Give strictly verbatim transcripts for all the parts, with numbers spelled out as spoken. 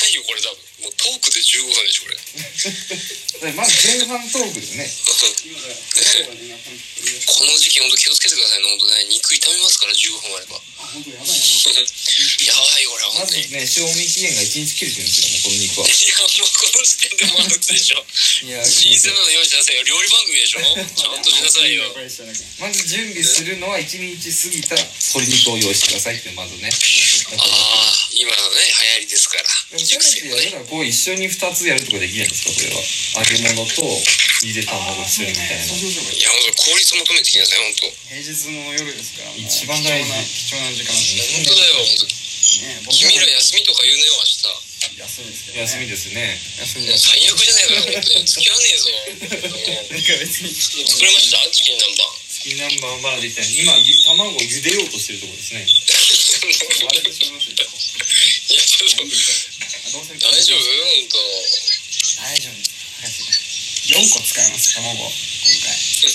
いよこれ多分もうトークでじゅうごふんでしょこれまず前半トークですねこの時期本当気をつけてくださいね本当ね肉傷みますからじゅうごふんあればあ本当やばいやばいこれはまずね賞味期限がいちにち切れてるんですよもうこの肉はいやもうこの時点でもうアウトでしょいやシーズンの用意しなさいよ料理番組でしょちゃんとしなさいよまず準備するのはいちにち過ぎた鶏肉を用意してくださいってまずねああ今のね流行りですから熟成もねこう一緒にふたつやるとかできないんですかこれは揚げ物とゆで卵一緒にみたいな。いや本当効率求めてきなさい本当平日の夜ですから一番大事貴重な時間本当だよ本当ね君ら休みとか言うねよ明日休みですけど、ね、 休みですね休みもう最悪じゃないかよ本当に付き合わねえぞなんか別に作れましたチキン南蛮チキン南蛮はまだできてない今卵を茹でようとしてるところですね今割れてしまいますよいやちょっと大丈夫本当大丈夫ですよんこ使います卵今回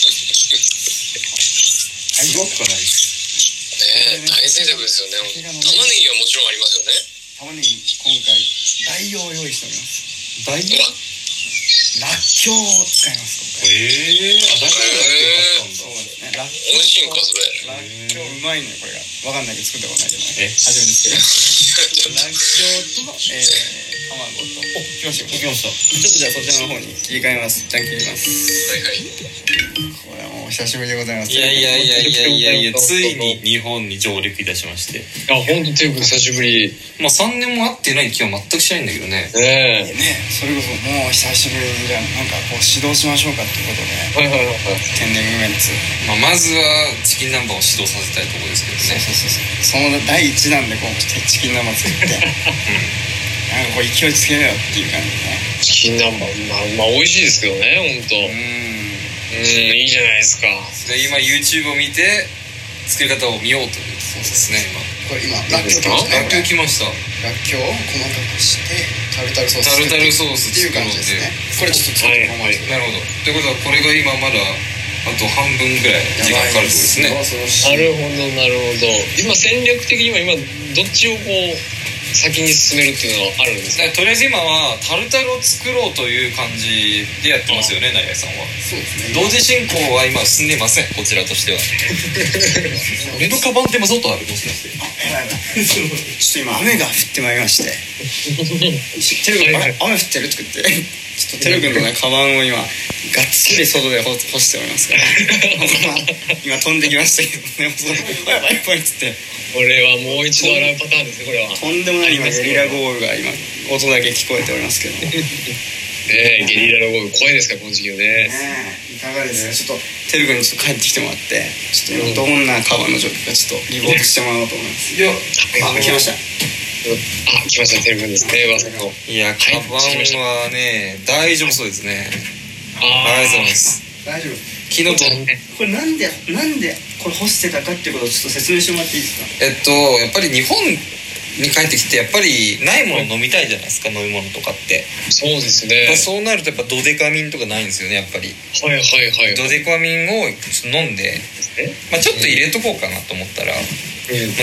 すごくないですねえ大贅沢ですよね玉ねぎはもちろんありますよね玉ねぎ今回大葉を用意しております大葉らっきょうを使います今回ええー、あだかららっきょうそうですねらっき美味しいんかそれらっきょううまいねこれがわかんないけど作ったことないけどねえ初めてですけどらっきょうと、えー、卵とお来ました来ましたちょっとじゃあそちらの方に切り替えますじゃん切りますはいはいこれはもう久しぶりでございますいやいやいやいやいやいやついに日本に上陸いたしましてあ本当テープ久しぶりまあさんねんも会ってない気は全くしないんだけどねねえねそれこそもう久しぶりにじゃあなんかこう指導しましょうかっていうことではいはいはい天然ウメンツまあ、まずはチキン南蛮を指導させたいところですけどねそうそうそうその第一弾でこうチキン南蛮作ってなんかこう勢いつけようっていう感じでねチキン南蛮まあまあ美味しいですけどね本当うんうんいいじゃないですかで今 YouTube を見て作り方を見ようというそうですねこれ今ラッキョウ来ましたね今ラッキョウ来ましたラッキョウを細かくしてタルタルソースタルタルソースっていう感じですねこれちょっと作ってもらってなるほどということはこれが今まだあと半分ぐらい時間かかるとですねなるほどなるほど今戦略的には今どっちをこう先に進めるっていうのはあるんですかとりあえず今はタルタルを作ろうという感じでやってますよね成井さんはそうですね同時進行は今進んでいませんこちらとしては俺のカバンって今外あるもしかしてやばいやばいちょっと今雨が降ってまいりましてテル君、はいはい、雨降ってるって言ってちょっとテル君のねカバンを今がっつり外で干しておりますから今飛んできましたけどねやばいやばいっつってこれはもう一度洗うパターンですねこれはとんでもない今ゲリラ豪雨が今音だけ聞こえておりますけどねえゲリラ豪雨怖いですかこの時期はねねいかがですかちょっとテル君にちょっと帰ってきてもらってちょっと今どんなカバンの状況かちょっとリポートしてもらおうと思いますいやあ来ましたあ来ましたテル君ですね噂のいやカバンはね大丈夫そうですねありがとうございます大丈夫昨日とこれなんでなんでこれ干してたかっていうことをちょっと説明してもらっていいですかえっとやっぱり日本に帰ってきてやっぱりないもの飲みたいじゃないですか飲み物とかってそうですねそうなるとやっぱドデカミンとかないんですよねやっぱりはいはいはいドデカミンをちょっと飲んで、まあ、ちょっと入れとこうかなと思ったら、うん、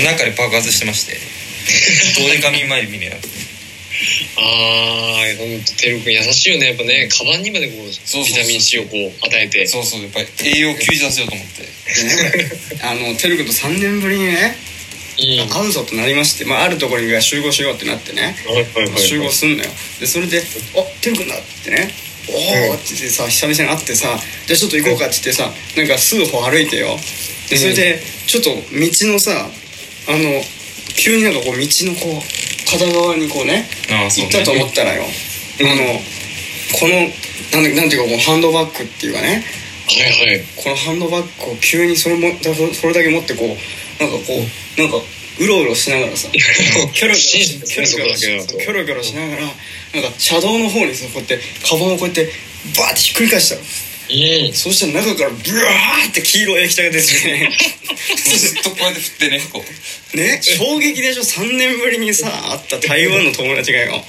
中で爆発してましてドデカミン前に見ねあーほんとてるくん優しいよねやっぱねカバンにまでこうビタミン C をこう与えてそうそうやっぱり栄養を吸収させようと思ってでねあのてるくんとさんねんぶりにねうん、会うぞとなりまして、まあ、あるところに集合しようってなってね、はいはいはいはい、集合すんのよでそれで「あてるくんだ」ってね「おお」って言ってさ久々に会ってさ「じゃあちょっと行こうか」って言ってさなんか数歩歩いてよでそれでちょっと道のさあの急になんかこう道のこう片側にこうねああ行ったと思ったらよ、うん、あのこのなんなんていうかこうハンドバッグっていうかね、 はいはい、 このハンドバッグを急にそれもそれだけ持ってこうなんかこうなんかうろうろしながらさキョロキョロキョロキョロキョロキョロしながらなんか車道の方にさこうやってカバンをこうやってバーってひっくり返したの、うん、そうしたら中からブワーって黄色い液体が出てきてねずっとこうやって振ってねこうね衝撃でしょさんねんぶりにさ会った台湾の友達がよ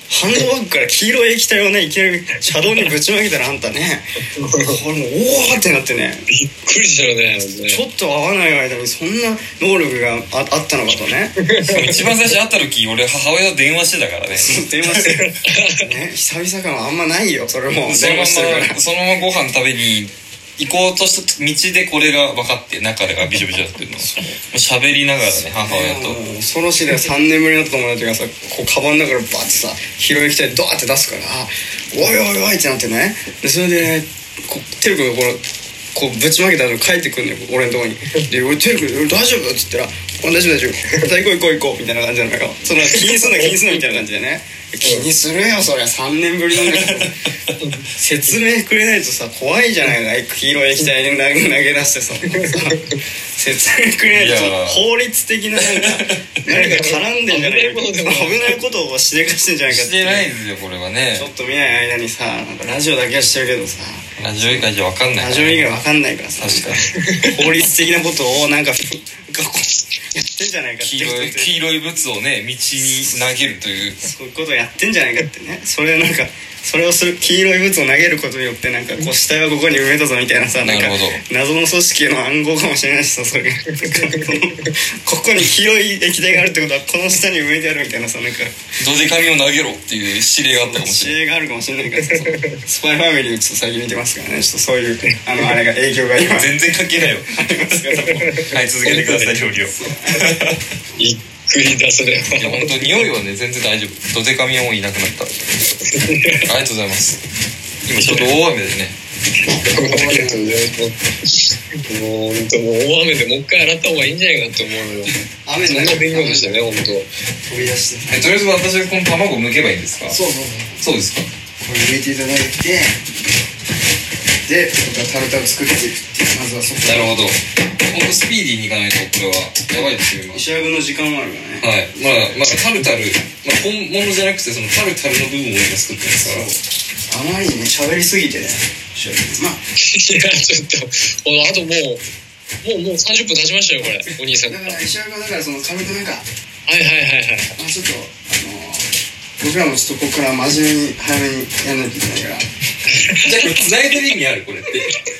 ハンドバッグから黄色い液体をねいきなり車道にぶちまけたらあんたねこれもうおーってなってねびっくりしたよね。 ちょっと会わない間にそんな能力が あ, あったのかとね一番最初会った時俺母親と電話してたからね電話してる、ね、久々感はあんまないよそれもそのまま電話してるからそのままご飯食べに行こうとした道でこれが分かって中でがビショビショってるの喋りながらね母親と恐ろしいねさんねんぶりの友達がさこうカバンの中からバッてさ拾いきたいドーって出すからおいおいおいってなってねでそれでこうてるくんがこのこうぶちまけた後帰ってくんねよ俺のとこにで俺てるくん大丈夫っつったら大丈夫大丈夫行こう行こう行こうみたいな感じなのよその気にすんな気にすんなみたいな感じでね気にするよそりゃさんねんぶりなんだから説明くれないとさ怖いじゃないか黄色い液体で投げ出してさ説明くれないと法律的ななんか何か絡んでんじゃないか危ないことをしでかしてんじゃないかってしてないですよこれはねちょっと見ない間にさなんかラジオだけはしてるけどさラジオ以外じゃ分かんないラジオ以外分かんないからさ確かに法律的なことをなんかやってんじゃないかって黄色い黄色いブツをね道に投げるというそういうことをやってんじゃないかってねそれなんかそれをする黄色いブツを投げることによってなんかこう死体はここに埋めたぞみたいなさなんか謎の組織の暗号かもしれないしさそれがここに黄色い液体があるってことはこの下に埋めてあるみたいなさなんかドデカミを投げろっていう指令があったかもしれない指令があるかもしれないからさスパイファミリーちょっと最近見てますからねちょっとそういうあのあれが影響が今全然関係ないよありますからはい続けてください料理をびっくりだそれは。 いや本当匂いはね全然大丈夫ドデカミはもういなくなったありがとうございます今ちょうど大雨でねありがとうございますもう本当もう大雨でもう一回洗った方がいいんじゃないかって思うのよ雨そんな勉強でしたね本当飛び出してえとりあえず私はこの卵を剥けばいいんですかそうそうそうですかこれ剥いていただいてでタルタル作っていくっていうまずはそこなるほど本当スピーディーにいかないとこれはやばいですよ今石原君の時間はあるからねはいまだまだタルタル、まあ、本物じゃなくてそのタルタルの部分を今作ってますからあまりにね喋りすぎてねまあいやちょっとあともうもうもうさんじゅっぷん経ちましたよこれお兄さんだから石原君だからその軽くなんかはいはいはいはいまあちょっとあのー、僕らもちょっとここから真面目に早めにやらないといけないからじゃあこれ繋いでる意味あるこれって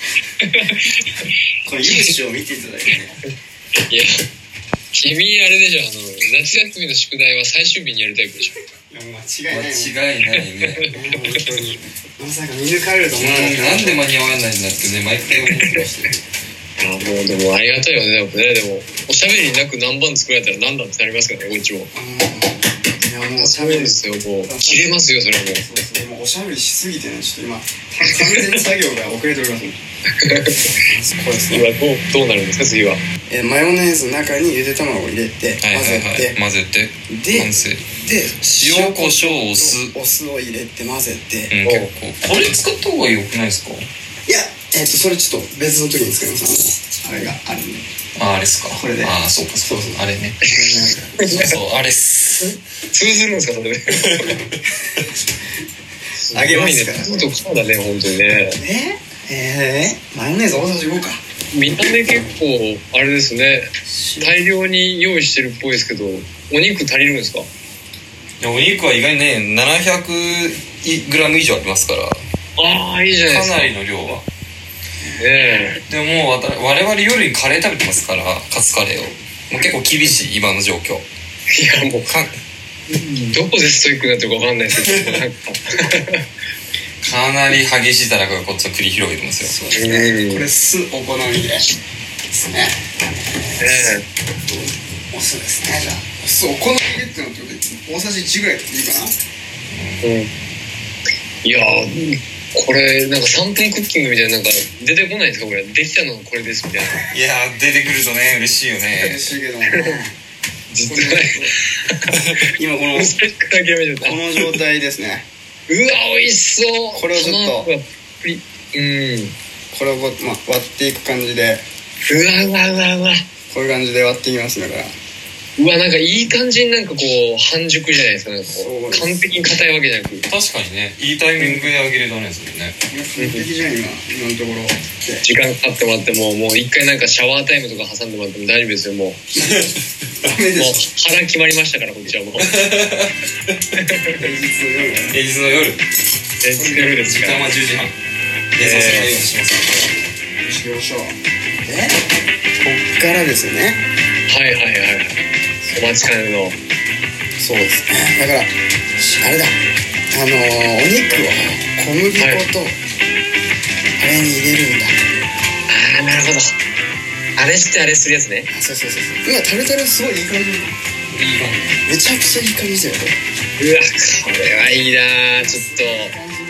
この勇姿を見ていただいてねいや君あれでしょあの夏休みの宿題は最終日にやるタイプでしょいやもう間違いない間違いないねね本当にまさか見抜かれると思わなかったなんで間に合わないんだってね毎回思ってましたよあもうでもありがたいよねでもねでもおしゃべりなく何番作られたら何だってなりますからねこっちもいやもうおしゃべりそうですよもう切れますよそれはもうそうそうもうおしゃべりしすぎてねちょっと今完全に作業が遅れておりますこれですね次はどうどうなるんですか次はえーマヨネーズの中にゆで卵を入れてはいはい混ぜてはい混ぜてで完成で塩コショウお酢お酢を入れて混ぜて、 うん結構これ使った方がよくないですかいやえっ、ー、とそれちょっと別の時に使いますあのあれがあるんでああれですかこれでああそうかそうかあれねそうそうあれっす通ずるんですかそれであげますから本当そうだね本当にねええー、マヨネーズ大さじごか見た目結構あれですね大量に用意してるっぽいですけどお肉足りるんですか？ いやお肉は意外にねななひゃくグラム以上ありますからああいいじゃないですかかなりの量はねでももう我々夜にカレー食べてますからカツカレーをもう結構厳しい今の状況いやもうかどこでストイックになってるか分かんないですけどなんかかなり激しい戦いがこっちを繰り広げてますよそうですねこれ酢お好みでですねねお酢ですねじゃあお酢お好みでってのって大さじいちぐらいっていいかなうんいやこれなんかさんぷんクッキングみたいななんか出てこないですかこれできたのがこれですみたいないや出てくるとね嬉しいよね嬉しいけどもね実は今このこの状態ですねうわ美味しそうこれをちょっとうんこれを、まあ、割っていく感じでうわうわうわうわこういう感じで割っていきますだからうわなんかいい感じになんかこう半熟じゃないですかなんかこう完璧に硬いわけじゃなく確かにねいいタイミングであげれたねそれね完璧じゃん今今のところ時間かかってもらってももう一回なんかシャワータイムとか挟んでもらっても大丈夫ですよもうダメでもうしょ。 腹決まりましたからこっちはもう。 平日の夜。 平日の夜平日の夜ですから。 時間はじゅうじはん。で、さすがにします。 よいしょ。で、こっからですよね。 はいはいはいはい。お待ちかねの。 そうですね。だからあれだ。あのー、お肉を小麦粉とあれに入れるんだ。 ああなるほど。あれしてあれするやつね。 あ、そうそうそうそう。今タルタルすごいいい感じ。いい感じ。めちゃくちゃいい感じだよこれ。 うわこれはいいなちょっと。